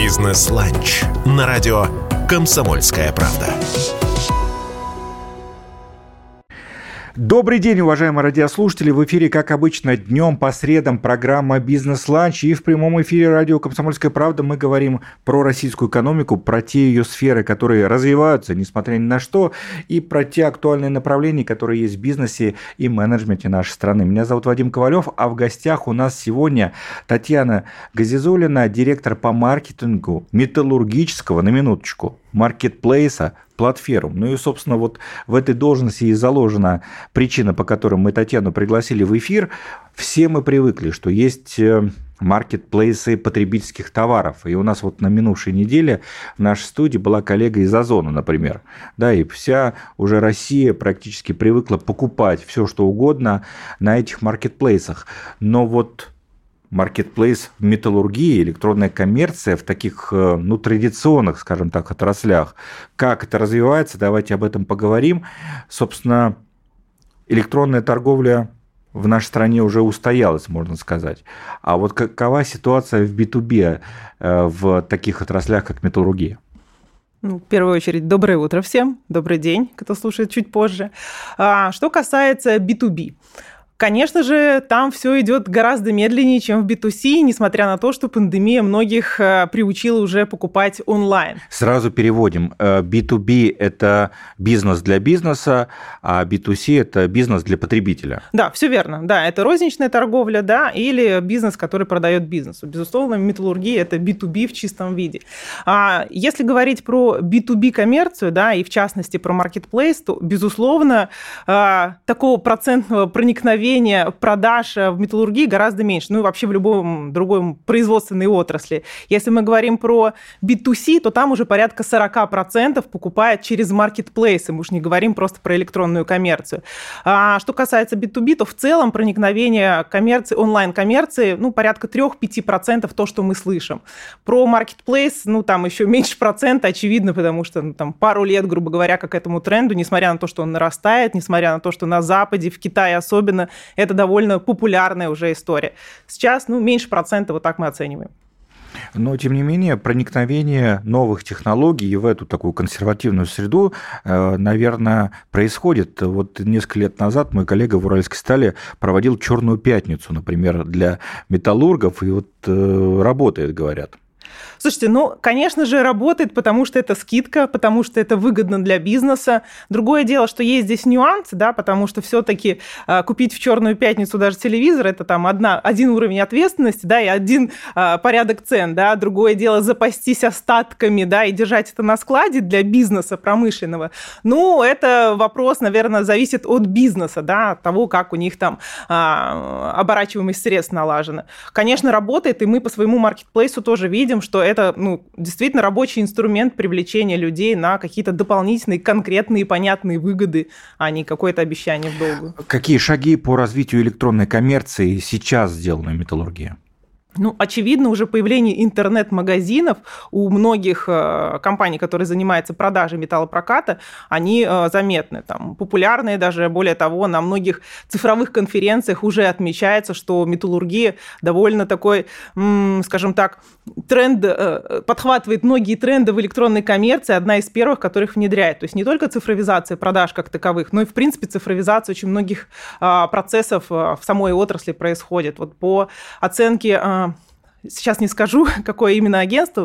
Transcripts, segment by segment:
Бизнес-ланч на радио «Комсомольская правда». Добрый день, уважаемые радиослушатели. В эфире, как обычно, днем по средам программа «Бизнес-ланч». И в прямом эфире радио «Комсомольская правда» мы говорим про российскую экономику, про те ее сферы, которые развиваются, несмотря ни на что, и про те актуальные направления, которые есть в бизнесе и менеджменте нашей страны. Меня зовут Вадим Ковалев, а в гостях у нас сегодня Татьяна Газизуллина, директор по маркетингу металлургического, на минуточку, маркетплейса «Платформ». Ну и, собственно, вот в этой должности и заложена причина, по которой мы Татьяну пригласили в эфир. Все мы привыкли, что есть маркетплейсы потребительских товаров. И у нас вот на минувшей неделе в нашей студии была коллега из Озона, например. Да, и вся уже Россия практически привыкла покупать все, что угодно на этих маркетплейсах. Но вот маркетплейс в металлургии, электронная коммерция в таких, традиционных, скажем так, отраслях. Как это развивается, давайте об этом поговорим. Собственно, электронная торговля в нашей стране уже устоялась, можно сказать. А вот какова ситуация в B2B в таких отраслях, как металлургия? В первую очередь, доброе утро всем, добрый день, кто слушает чуть позже. Что касается B2B. Конечно же, там все идет гораздо медленнее, чем в B2C, несмотря на то, что пандемия многих приучила уже покупать онлайн. Сразу переводим. B2B – это бизнес для бизнеса, а B2C – это бизнес для потребителя. Да, все верно. Да, это розничная торговля, да, или бизнес, который продает бизнесу. Безусловно, металлургия – это B2B в чистом виде. Если говорить про B2B коммерцию, да, и в частности про маркетплейс, то, безусловно, такого процентного проникновения продаж в металлургии гораздо меньше, ну и вообще в любом другом производственной отрасли. Если мы говорим про B2C, то там уже порядка 40% покупают через маркетплейсы, мы уж не говорим просто про электронную коммерцию. Что касается B2B, то в целом проникновение коммерции, онлайн-коммерции, порядка 3-5% то, что мы слышим. Про маркетплейс, там еще меньше процента, очевидно, потому что там пару лет, грубо говоря, как этому тренду, несмотря на то, что он нарастает, несмотря на то, что на Западе, в Китае особенно, это довольно популярная уже история. Сейчас, меньше процента, вот так мы оцениваем. Но, тем не менее, проникновение новых технологий в эту такую консервативную среду, наверное, происходит. Вот несколько лет назад мой коллега в Уральской стали проводил «Черную пятницу», например, для металлургов, и вот работает, говорят. Слушайте, конечно же, работает, потому что это скидка, потому что это выгодно для бизнеса. Другое дело, что есть здесь нюансы, да, потому что все-таки купить в «Черную пятницу» даже телевизор – это там один уровень ответственности, да, и один порядок цен, да. Другое дело запастись остатками, да, и держать это на складе для бизнеса промышленного. Это вопрос, наверное, зависит от бизнеса, да, от того, как у них там оборачиваемость средств налажена. Конечно, работает, и мы по своему маркетплейсу тоже видим, что это действительно рабочий инструмент привлечения людей на какие-то дополнительные, конкретные, понятные выгоды, а не какое-то обещание в долгу. Какие шаги по развитию электронной коммерции сейчас сделаны в металлургии? Очевидно, уже появление интернет-магазинов у многих компаний, которые занимаются продажей металлопроката, они заметны. Там, популярные даже, более того, на многих цифровых конференциях уже отмечается, что металлургия довольно такой, скажем так, тренд, подхватывает многие тренды в электронной коммерции, одна из первых, которых внедряет. То есть не только цифровизация продаж как таковых, но и, в принципе, цифровизация очень многих процессов в самой отрасли происходит. Вот по оценке... Сейчас не скажу, какое именно агентство,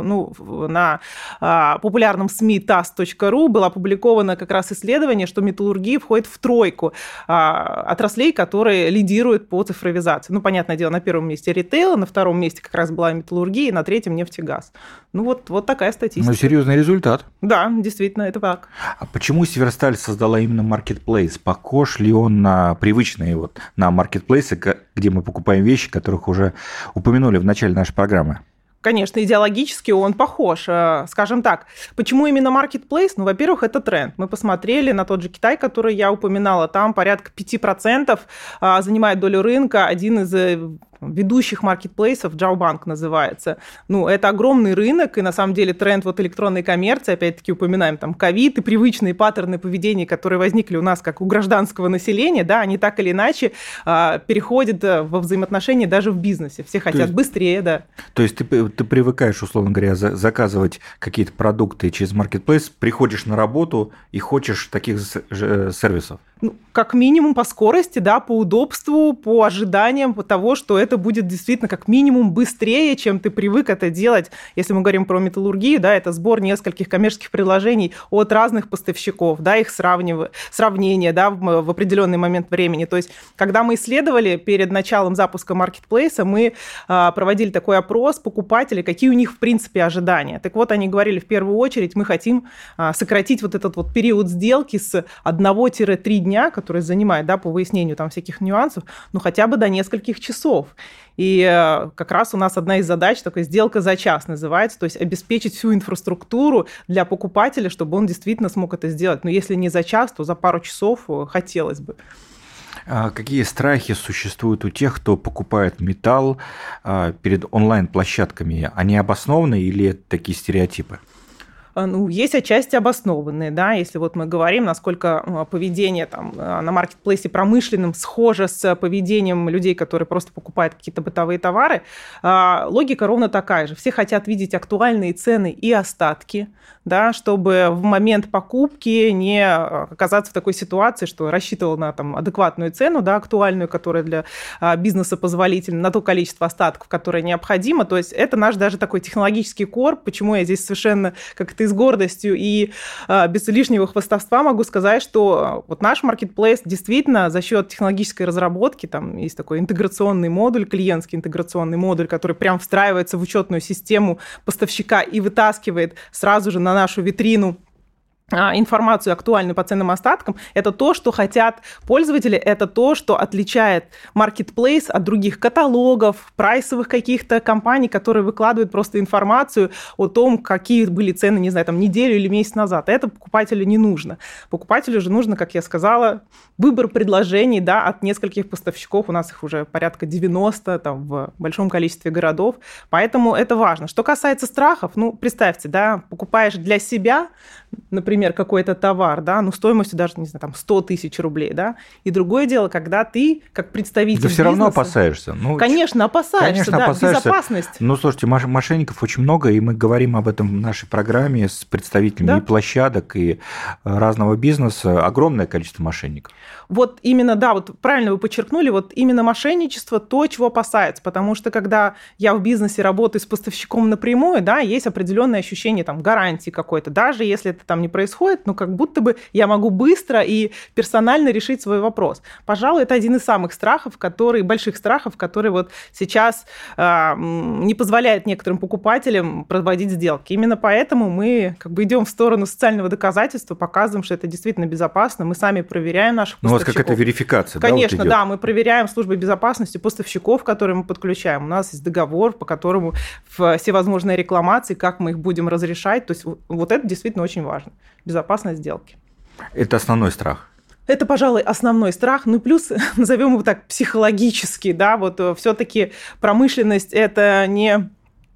на популярном СМИ tas.ru было опубликовано как раз исследование, что металлургия входит в тройку отраслей, которые лидируют по цифровизации. Понятное дело, на первом месте ритейл, на втором месте как раз была металлургия, и на третьем нефтегаз. Вот такая статистика. Серьезный результат. Да, действительно, это так. А почему Северсталь создала именно маркетплейс? Похож ли он на привычные на маркетплейсы, где мы покупаем вещи, которых уже упомянули в начале нашей программы? Конечно, идеологически он похож. Скажем так, почему именно маркетплейс? Во-первых, это тренд. Мы посмотрели на тот же Китай, который я упоминала. Там порядка 5% занимает долю рынка. Один из ведущих маркетплейсов, Джаобанк называется. Ну, это огромный рынок, и на самом деле тренд вот электронной коммерции, опять-таки упоминаем там ковид и привычные паттерны поведения, которые возникли у нас как у гражданского населения, да, они так или иначе переходят во взаимоотношения даже в бизнесе. Все хотят быстрее, да. То есть ты привыкаешь, условно говоря, заказывать какие-то продукты через маркетплейс, приходишь на работу и хочешь таких сервисов? Ну, как минимум по скорости, да, по удобству, по ожиданиям того, что это будет действительно как минимум быстрее, чем ты привык это делать. Если мы говорим про металлургию, да, это сбор нескольких коммерческих предложений от разных поставщиков, да, их сравнение, да, в определенный момент времени. То есть, когда мы исследовали перед началом запуска маркетплейса, мы проводили такой опрос покупателей, какие у них, в принципе, ожидания. Так вот, они говорили, в первую очередь, мы хотим сократить вот этот вот период сделки с 1-3 дня, который занимает, да, по выяснению там всяких нюансов, ну, хотя бы до нескольких часов. И как раз у нас одна из задач, такая сделка за час называется, то есть обеспечить всю инфраструктуру для покупателя, чтобы он действительно смог это сделать. Но если не за час, то за пару часов хотелось бы. Какие страхи существуют у тех, кто покупает металл перед онлайн-площадками? Они обоснованы или это такие стереотипы? Ну, есть отчасти обоснованные, да, если вот мы говорим, насколько поведение там на маркетплейсе промышленном схоже с поведением людей, которые просто покупают какие-то бытовые товары, логика ровно такая же. Все хотят видеть актуальные цены и остатки, да, чтобы в момент покупки не оказаться в такой ситуации, что рассчитывал на там адекватную цену, да, актуальную, которая для бизнеса позволительна, на то количество остатков, которое необходимо. То есть это наш даже такой технологический кор, почему я здесь совершенно как-то и с гордостью и без лишнего хвастовства могу сказать, что вот наш маркетплейс действительно за счет технологической разработки, там есть такой интеграционный модуль, клиентский интеграционный модуль, который прям встраивается в учетную систему поставщика и вытаскивает сразу же на нашу витрину информацию актуальную по ценным остаткам, это то, что хотят пользователи, это то, что отличает маркетплейс от других каталогов, прайсовых каких-то компаний, которые выкладывают просто информацию о том, какие были цены, не знаю, там, неделю или месяц назад. Это покупателю не нужно. Покупателю же нужно, как я сказала, выбор предложений, да, от нескольких поставщиков, у нас их уже порядка 90 там, в большом количестве городов, поэтому это важно. Что касается страхов, ну, представьте, да, покупаешь для себя, например, какой-то товар, да, ну, стоимостью даже, не знаю, там, 100 тысяч рублей, да, и другое дело, когда ты, как представитель бизнеса... Да все равно опасаешься. Ну, конечно, опасаешься, да, опасаешься. Безопасность. Ну, слушайте, мошенников очень много, и мы говорим об этом в нашей программе с представителями и площадок, и разного бизнеса. Огромное количество мошенников. Вот именно, да, вот правильно вы подчеркнули, вот именно мошенничество то, чего опасается, потому что когда я в бизнесе работаю с поставщиком напрямую, да, есть определенное ощущение там гарантии какой-то, даже если это там не происходит, ну как будто бы я могу быстро и персонально решить свой вопрос. Пожалуй, это один из самых страхов, больших страхов, которые вот сейчас не позволяют некоторым покупателям проводить сделки. Именно поэтому мы как бы идем в сторону социального доказательства, показываем, что это действительно безопасно, мы сами проверяем наших поставщиков. Ну, у вас какая-то верификация, конечно, да? Вот да, мы проверяем службой безопасности поставщиков, которые мы подключаем. У нас есть договор, по которому всевозможные рекламации, как мы их будем разрешать. То есть вот это действительно очень важно. Безопасность сделки. Это основной страх. Это, пожалуй, основной страх. Ну, плюс, назовем его так, психологический, да, вот все-таки промышленность – это не...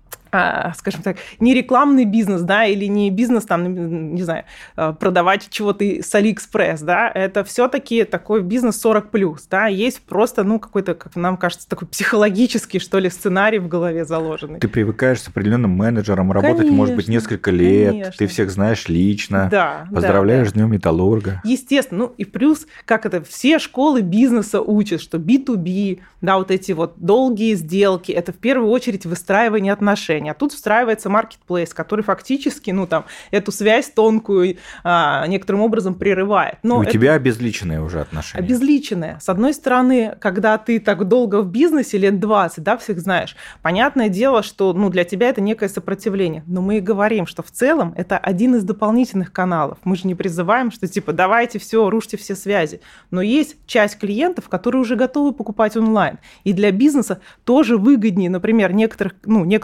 скажем так, не рекламный бизнес, да, или не бизнес, там, не знаю, продавать чего-то с Алиэкспресс, да, это все-таки такой бизнес 40+, да, есть просто, ну, какой-то, как нам кажется, такой психологический, что ли, сценарий в голове заложенный. Ты привыкаешь с определенным менеджером работать, конечно, может быть, несколько лет, конечно. Ты всех знаешь лично, да, поздравляешь с Днем Металлурга. Естественно, ну, и плюс, как это, все школы бизнеса учат, что B2B, да, вот эти вот долгие сделки, это в первую очередь выстраивание отношений. А тут встраивается маркетплейс, который фактически, ну, там, эту связь тонкую некоторым образом прерывает. Но у тебя обезличенные уже отношения. Обезличенные. С одной стороны, когда ты так долго в бизнесе, лет 20, да, всех знаешь, понятное дело, что, ну, для тебя это некое сопротивление. Но мы и говорим, что в целом это один из дополнительных каналов. Мы же не призываем, что типа давайте все, рушьте все связи. Но есть часть клиентов, которые уже готовы покупать онлайн. И для бизнеса тоже выгоднее, например, некоторую категорию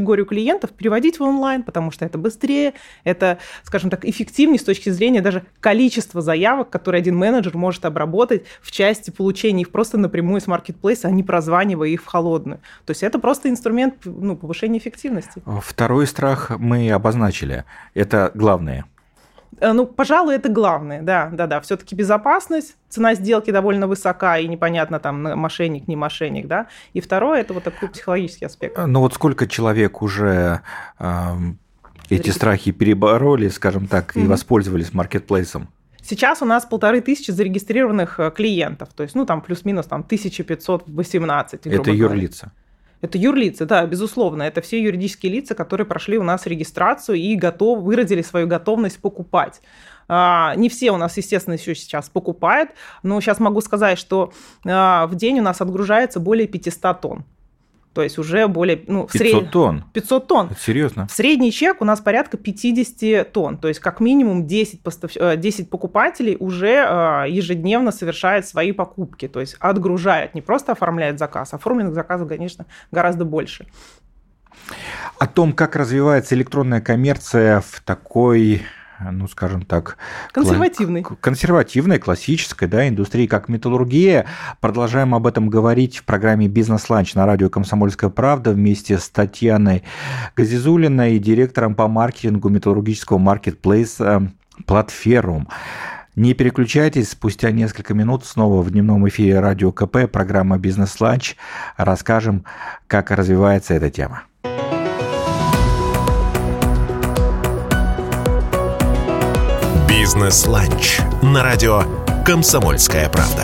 категорию клиентов переводить в онлайн, потому что это быстрее, это, скажем так, эффективнее с точки зрения даже количества заявок, которые один менеджер может обработать в части получения их просто напрямую с маркетплейса, а не прозванивая их в холодную. То есть это просто инструмент повышения эффективности. Второй страх мы обозначили. Это главное. Пожалуй, это главное, да. Все-таки безопасность, цена сделки довольно высока, и непонятно, там, мошенник, не мошенник, да. И второе, это вот такой психологический аспект. Вот сколько человек уже эти страхи перебороли, скажем так, и воспользовались маркетплейсом? Сейчас у нас 1500 зарегистрированных клиентов, то есть, там плюс-минус 1518. Это юрлица? Это юрлица, да, безусловно. Это все юридические лица, которые прошли у нас регистрацию и выразили свою готовность покупать. Не все у нас, естественно, еще сейчас покупают, но сейчас могу сказать, что в день у нас отгружается более 500 тонн. То есть уже более... 500 тонн? 500 тонн. Это серьезно? Средний чек у нас порядка 50 тонн. То есть как минимум 10 покупателей уже ежедневно совершают свои покупки. То есть отгружают, не просто оформляют заказ. Оформленных заказов, конечно, гораздо больше. О том, как развивается электронная коммерция в такой... скажем так, консервативной, классической, да, индустрии, как металлургия. Продолжаем об этом говорить в программе «Бизнес-ланч» на радио «Комсомольская правда» вместе с Татьяной Газизуллиной, директором по маркетингу металлургического маркетплейса «Платферум». Не переключайтесь, спустя несколько минут снова в дневном эфире радио КП, программа «Бизнес-ланч». Расскажем, как развивается эта тема. «Бизнес-ланч» на радио «Комсомольская правда».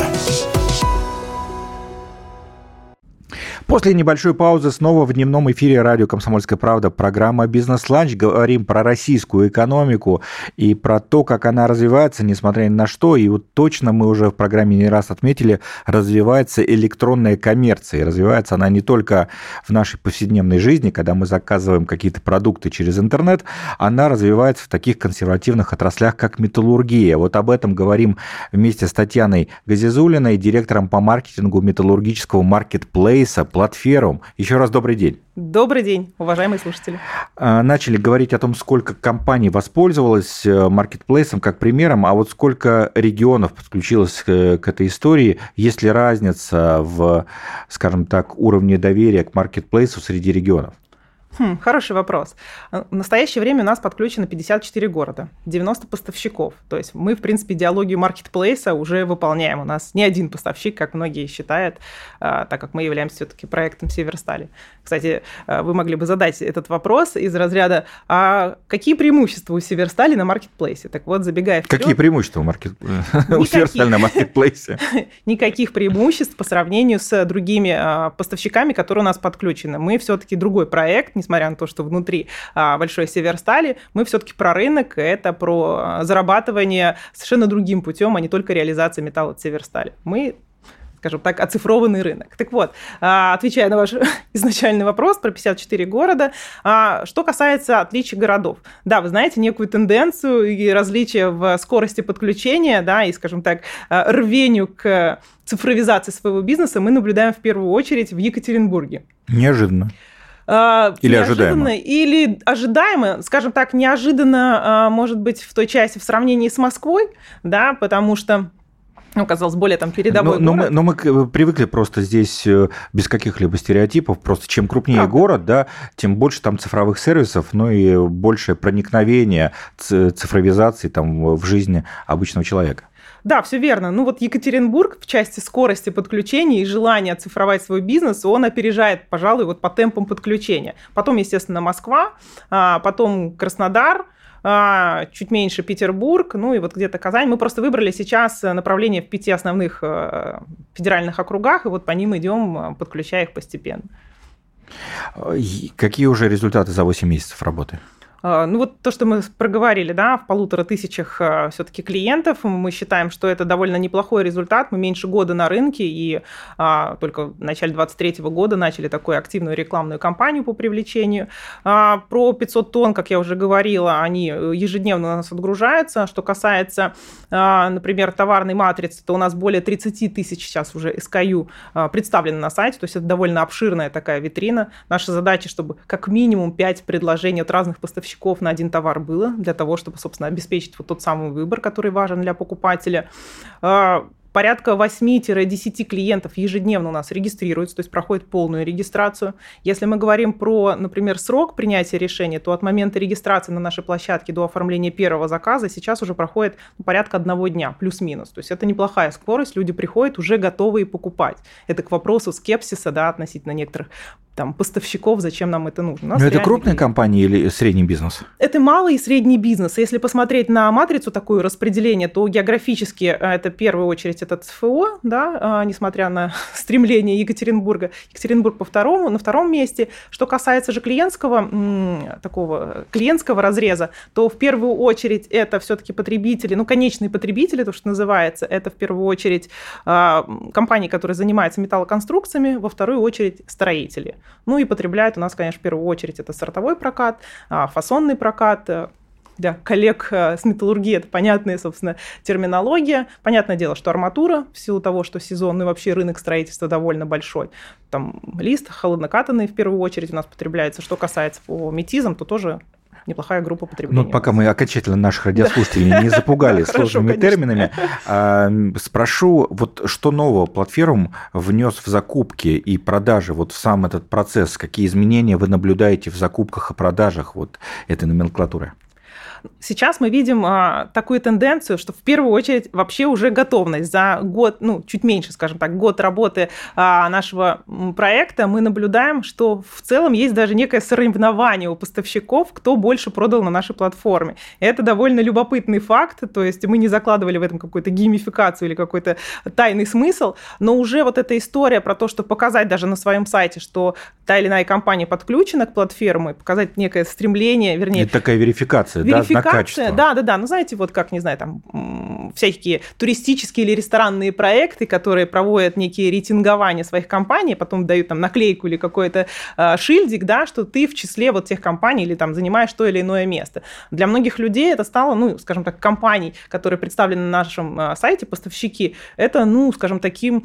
После небольшой паузы снова в дневном эфире радио «Комсомольская правда» программа «Бизнес-ланч». Говорим про российскую экономику и про то, как она развивается, несмотря ни на что. И вот точно мы уже в программе не раз отметили, развивается электронная коммерция. И развивается она не только в нашей повседневной жизни, когда мы заказываем какие-то продукты через интернет, она развивается в таких консервативных отраслях, как металлургия. Вот об этом говорим вместе с Татьяной Газизуллиной, директором по маркетингу металлургического маркетплейса «Платферум». Еще раз добрый день. Добрый день, уважаемые слушатели. Начали говорить о том, сколько компаний воспользовалось маркетплейсом как примером, а вот сколько регионов подключилось к этой истории. Есть ли разница в, скажем так, уровне доверия к маркетплейсу среди регионов? Хороший вопрос. В настоящее время у нас подключено 54 города, 90 поставщиков. То есть мы, в принципе, идеологию маркетплейса уже выполняем. У нас не один поставщик, как многие считают, так как мы являемся все-таки проектом Северстали. Кстати, вы могли бы задать этот вопрос из разряда, а какие преимущества у Северстали на маркетплейсе? Так вот, забегая вперед... Какие преимущества у Северстали на маркетплейсе? Никаких преимуществ по сравнению с другими поставщиками, которые у нас подключены. Мы все-таки другой проект, несмотря на то, что внутри большой Северстали, мы все-таки про рынок, это про зарабатывание совершенно другим путем, а не только реализация металла от Северстали. Мы, скажем так, оцифрованный рынок. Так вот, отвечая на ваш изначальный вопрос про 54 города, что касается отличий городов. Да, вы знаете некую тенденцию и различия в скорости подключения, да, и, скажем так, рвению к цифровизации своего бизнеса мы наблюдаем в первую очередь в Екатеринбурге. Неожиданно. Или ожидаемо? Или ожидаемо, скажем так, неожиданно, может быть, в той части в сравнении с Москвой, да, потому что, казалось, более там передовой город. Но мы привыкли просто здесь без каких-либо стереотипов, просто чем крупнее город, да, тем больше там цифровых сервисов, и больше проникновения цифровизации там в жизнь обычного человека. Да, все верно. Екатеринбург в части скорости подключения и желания оцифровать свой бизнес, он опережает, пожалуй, по темпам подключения. Потом, естественно, Москва, потом Краснодар, чуть меньше Петербург, и где-то Казань. Мы просто выбрали сейчас направление в 5 основных федеральных округах, и по ним идем, подключая их постепенно. Какие уже результаты за 8 месяцев работы? Ну вот то, что мы проговорили, да, в 1500 все-таки клиентов, мы считаем, что это довольно неплохой результат. Мы меньше года на рынке и только в начале 2023 года начали такую активную рекламную кампанию по привлечению. Про 500 тонн, как я уже говорила, они ежедневно у нас отгружаются. Что касается, например, товарной матрицы, то у нас более 30 тысяч сейчас уже SKU представлено на сайте, то есть это довольно обширная такая витрина. Наша задача, чтобы как минимум 5 предложений от разных поставщиков на один товар было, для того, чтобы, собственно, обеспечить вот тот самый выбор, который важен для покупателя. Порядка 8-10 клиентов ежедневно у нас регистрируются, то есть проходит полную регистрацию. Если мы говорим про, например, срок принятия решения, то от момента регистрации на нашей площадке до оформления первого заказа сейчас уже проходит порядка 1 дня, плюс-минус. То есть это неплохая скорость, люди приходят уже готовые покупать. Это к вопросу скепсиса, да, относительно некоторых там поставщиков, зачем нам это нужно. Но это крупные компании или средний бизнес? Это малый и средний бизнес. Если посмотреть на матрицу такое распределение, то географически это в первую очередь это ЦФО, да, несмотря на стремление Екатеринбурга. Екатеринбург на втором месте. Что касается же клиентского разреза, то в первую очередь это все-таки потребители, конечные потребители, то, что называется, это в первую очередь компании, которые занимаются металлоконструкциями, во вторую очередь строители. Ну и потребляют у нас, конечно, в первую очередь это сортовой прокат, фасонный прокат. Для коллег с металлургией это понятная, собственно, терминология. Понятное дело, что арматура, в силу того, что сезонный вообще рынок строительства довольно большой. Там лист холоднокатанный в первую очередь у нас потребляется. Что касается по метизам, то тоже неплохая группа потребления. Пока мы окончательно наших радиослушателей не запугали сложными терминами, спрошу, вот что нового платформ внес в закупки и продажи, вот в сам этот процесс, какие изменения вы наблюдаете в закупках и продажах вот этой номенклатуры? Сейчас мы видим такую тенденцию, что в первую очередь вообще уже готовность. За год, чуть меньше, скажем так, год работы нашего проекта мы наблюдаем, что в целом есть даже некое соревнование у поставщиков, кто больше продал на нашей платформе. И это довольно любопытный факт, то есть мы не закладывали в этом какую-то геймификацию или какой-то тайный смысл, но уже вот эта история про то, что показать даже на своем сайте, что та или иная компания подключена к платформе, показать некое стремление, вернее... Это такая верификация, да? Верификация, да. знаете, вот как, не знаю, там всякие туристические или ресторанные проекты, которые проводят некие рейтингования своих компаний, потом дают там наклейку или какой-то шильдик, да, что ты в числе вот тех компаний или там занимаешь то или иное место. Для многих людей это стало, скажем так, компаний, которые представлены на нашем сайте, поставщики, это, скажем, таким...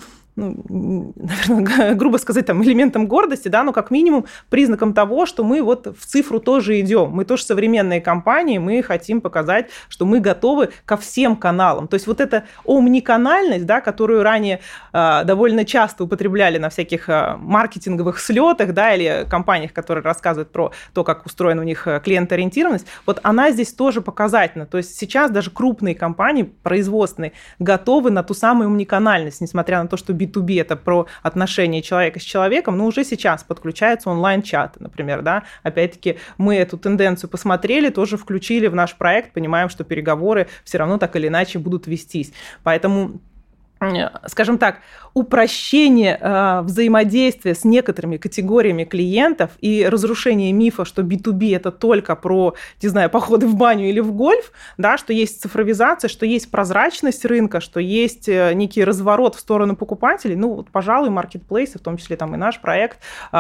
наверное, грубо сказать, там, элементом гордости, да, но как минимум признаком того, что мы вот в цифру тоже идем. Мы тоже современные компании, мы хотим показать, что мы готовы ко всем каналам. То есть вот эта омниканальность, да, которую ранее довольно часто употребляли на всяких маркетинговых слетах, да, или компаниях, которые рассказывают про то, как устроена у них клиентоориентированность, вот она здесь тоже показательна. То есть сейчас даже крупные компании производственные готовы на ту самую омниканальность, несмотря на то, что B2B – это про отношения человека с человеком, но уже сейчас подключаются онлайн-чаты, например, да. Опять-таки мы эту тенденцию посмотрели, тоже включили в наш проект, понимаем, что переговоры все равно так или иначе будут вестись. Поэтому, скажем так, упрощение взаимодействия с некоторыми категориями клиентов и разрушение мифа, что B2B – это только про, не знаю, походы в баню или в гольф, да, что есть цифровизация, что есть прозрачность рынка, что есть некий разворот в сторону покупателей. Пожалуй, маркетплейсы, в том числе там и наш проект,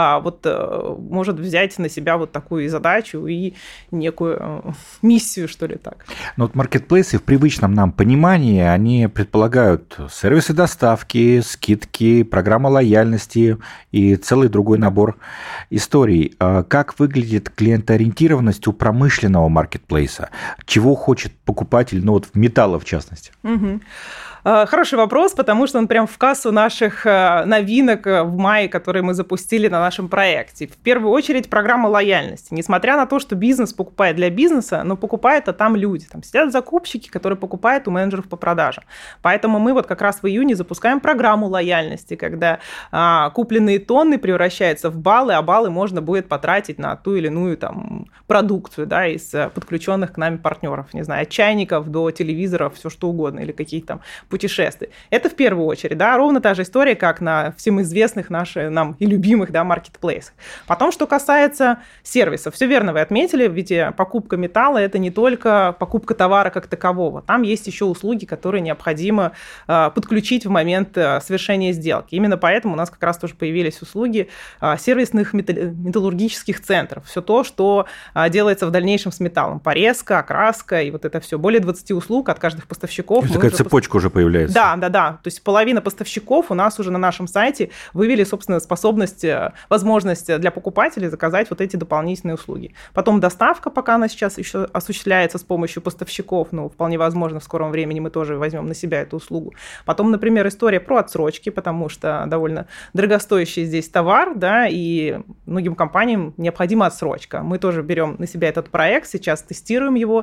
может взять на себя вот такую задачу и некую миссию, что ли, так. Но вот маркетплейсы в привычном нам понимании, они предполагают сервисы доставки, скидки, программа лояльности и целый другой набор историй. Как выглядит клиентоориентированность у промышленного маркетплейса? Чего хочет покупатель, в металла в частности? Угу. Хороший вопрос, потому что он прям в кассу наших новинок в мае, которые мы запустили на нашем проекте. В первую очередь программа лояльности. Несмотря на то, что бизнес покупает для бизнеса, но покупают там люди. Там сидят закупщики, которые покупают у менеджеров по продажам. Поэтому мы вот как раз в июне запускаем программу лояльности, когда купленные тонны превращаются в баллы, а баллы можно будет потратить на ту или иную там продукцию, да, из подключенных к нам партнеров. Не знаю, от чайников до телевизоров, все что угодно, или какие-то там путешествий. Это в первую очередь, да, ровно та же история, как на всем известных нам и любимых, да, маркетплейсах. Потом, что касается сервисов, все верно вы отметили, ведь покупка металла – это не только покупка товара как такового, там есть еще услуги, которые необходимо подключить в момент совершения сделки. Именно поэтому у нас как раз тоже появились услуги сервисных металлургических центров. Все то, что делается в дальнейшем с металлом. Порезка, окраска и вот это все. Более 20 услуг от каждых поставщиков. Такая цепочка уже появляется. Да. То есть половина поставщиков у нас уже на нашем сайте вывели, собственно, возможность для покупателей заказать вот эти дополнительные услуги. Потом доставка, пока она сейчас еще осуществляется с помощью поставщиков, вполне возможно, в скором времени мы тоже возьмем на себя эту услугу. Потом, например, история про отсрочки, потому что довольно дорогостоящий здесь товар, да, и многим компаниям необходима отсрочка. Мы тоже берем на себя этот проект, сейчас тестируем его,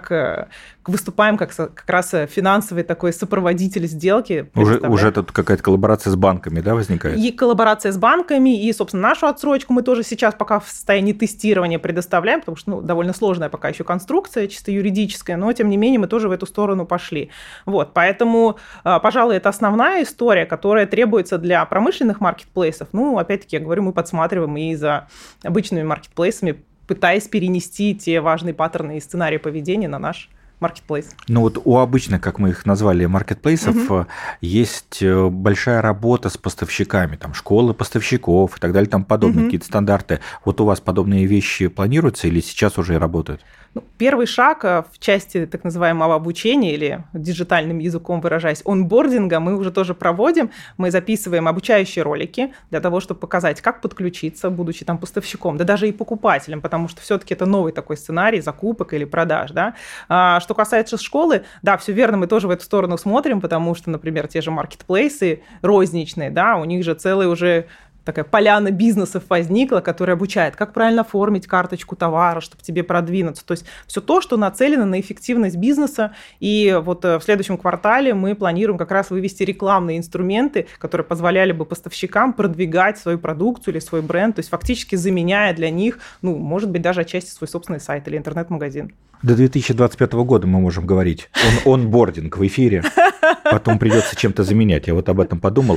выступаем как раз финансовый такой сопроводитель сделки. Уже тут какая-то коллаборация с банками, да, возникает? И коллаборация с банками, и, собственно, нашу отсрочку мы тоже сейчас пока в состоянии тестирования предоставляем, потому что довольно сложная пока еще конструкция, чисто юридическая, но, тем не менее, мы тоже в эту сторону пошли. Поэтому, пожалуй, это основная история, которая требуется для промышленных маркетплейсов. Опять-таки, я говорю, мы подсматриваем и за обычными маркетплейсами, пытаясь перенести те важные паттерны и сценарии поведения на наш маркетплейс. У обычных, как мы их назвали, маркетплейсов, есть большая работа с поставщиками, там школы поставщиков и так далее, там подобные какие-то стандарты. У вас подобные вещи планируются или сейчас уже работают? Первый шаг в части так называемого обучения, или диджитальным языком выражаясь, онбординга, мы уже тоже проводим. Мы записываем обучающие ролики для того, чтобы показать, как подключиться, будучи там поставщиком, да даже и покупателем, потому что все-таки это новый такой сценарий закупок или продаж. Да? Что касается школы, да, все верно, мы тоже в эту сторону смотрим, потому что, например, те же маркетплейсы розничные, да, у них же целый уже такая поляна бизнесов возникла, которая обучает, как правильно оформить карточку товара, чтобы тебе продвинуться. То есть все то, что нацелено на эффективность бизнеса. И в следующем квартале мы планируем как раз вывести рекламные инструменты, которые позволяли бы поставщикам продвигать свою продукцию или свой бренд, то есть фактически заменяя для них, может быть, даже отчасти свой собственный сайт или интернет-магазин. До 2025 года мы можем говорить. Онбординг в эфире. Потом придется чем-то заменять. Я об этом подумал.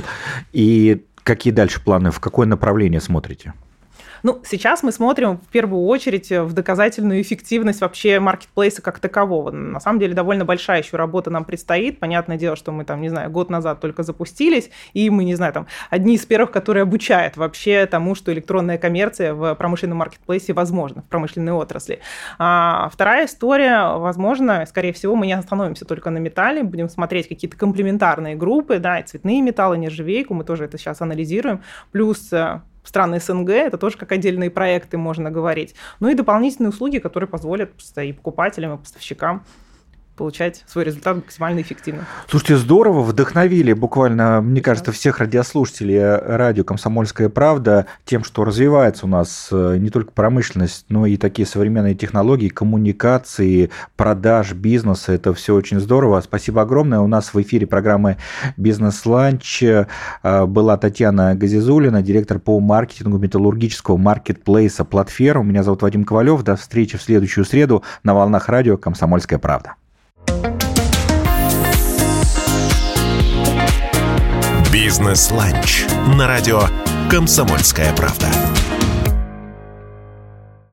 И какие дальше планы? В какое направление смотрите? Сейчас мы смотрим в первую очередь в доказательную эффективность вообще маркетплейса как такового. На самом деле довольно большая еще работа нам предстоит. Понятное дело, что мы год назад только запустились, и мы, одни из первых, которые обучают вообще тому, что электронная коммерция в промышленном маркетплейсе возможна, в промышленной отрасли. А вторая история, возможно, скорее всего, мы не остановимся только на металле, будем смотреть какие-то комплементарные группы, да, и цветные металлы, нержавейку, мы тоже это сейчас анализируем, плюс страны СНГ, это тоже как отдельные проекты можно говорить. И дополнительные услуги, которые позволят и покупателям, и поставщикам получать свой результат максимально эффективно. Слушайте, здорово, вдохновили буквально, мне кажется, всех радиослушателей радио «Комсомольская правда» тем, что развивается у нас не только промышленность, но и такие современные технологии, коммуникации, продаж, бизнеса. Это все очень здорово. Спасибо огромное. У нас в эфире программы «Бизнес-ланч» была Татьяна Газизуллина, директор по маркетингу металлургического маркетплейса «Платфер». Меня зовут Вадим Ковалев. До встречи в следующую среду на волнах радио «Комсомольская правда». «Бизнес-ланч» на радио «Комсомольская правда».